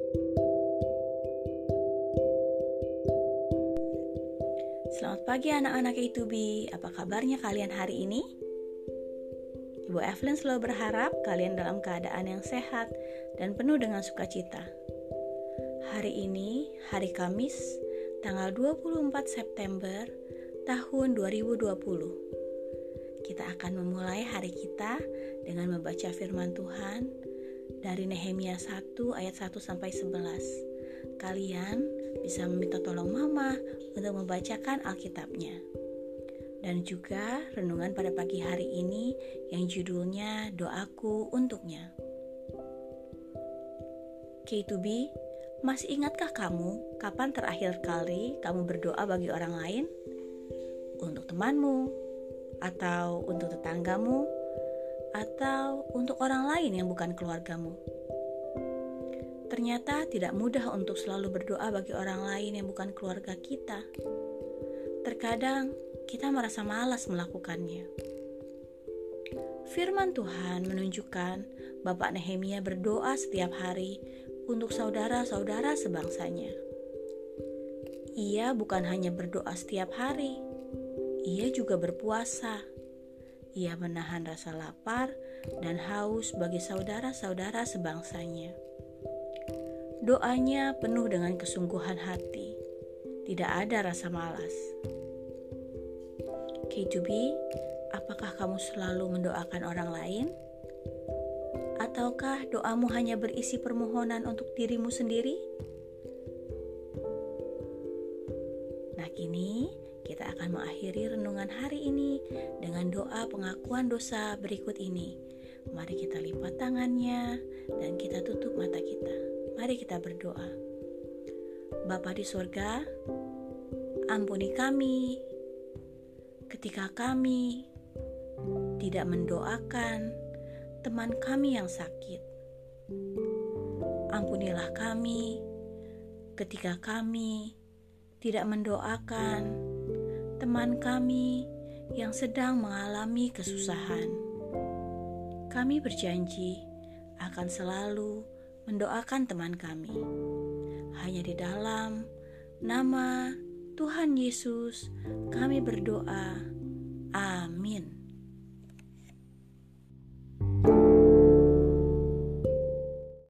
Selamat pagi anak-anak A2B, apa kabarnya kalian hari ini? Ibu Evelyn selalu berharap kalian dalam keadaan yang sehat dan penuh dengan sukacita. Hari ini, hari Kamis, tanggal 24 September tahun 2020. Kita akan memulai hari kita dengan membaca firman Tuhan dari Nehemia 1 ayat 1 sampai 11. Kalian bisa meminta tolong Mama untuk membacakan Alkitabnya. Dan juga renungan pada pagi hari ini yang judulnya Doaku Untuknya. K2B, masih ingatkah kamu kapan terakhir kali kamu berdoa bagi orang lain? Untuk temanmu, atau untuk tetanggamu, atau untuk orang lain yang bukan keluargamu? Ternyata tidak mudah untuk selalu berdoa bagi orang lain yang bukan keluarga kita. Terkadang kita merasa malas melakukannya. Firman Tuhan menunjukkan Bapak Nehemia berdoa setiap hari untuk saudara-saudara sebangsanya. Ia bukan hanya berdoa setiap hari, ia juga berpuasa. Ia menahan rasa lapar dan haus bagi saudara-saudara sebangsanya. Doanya penuh dengan kesungguhan hati, tidak ada rasa malas. K2B, apakah kamu selalu mendoakan orang lain? Ataukah doamu hanya berisi permohonan untuk dirimu sendiri? Nah, kini kita akan mengakhiri renungan hari ini dengan doa pengakuan dosa berikut ini. Mari kita lipat tangannya dan kita tutup mata kita. Mari kita berdoa. Bapa di surga, ampuni kami ketika kami tidak mendoakan teman kami yang sakit. Ampunilah kami ketika kami tidak mendoakan teman kami yang sedang mengalami kesusahan. Kami berjanji akan selalu mendoakan teman kami. Hanya di dalam nama Tuhan Yesus kami berdoa. Amin.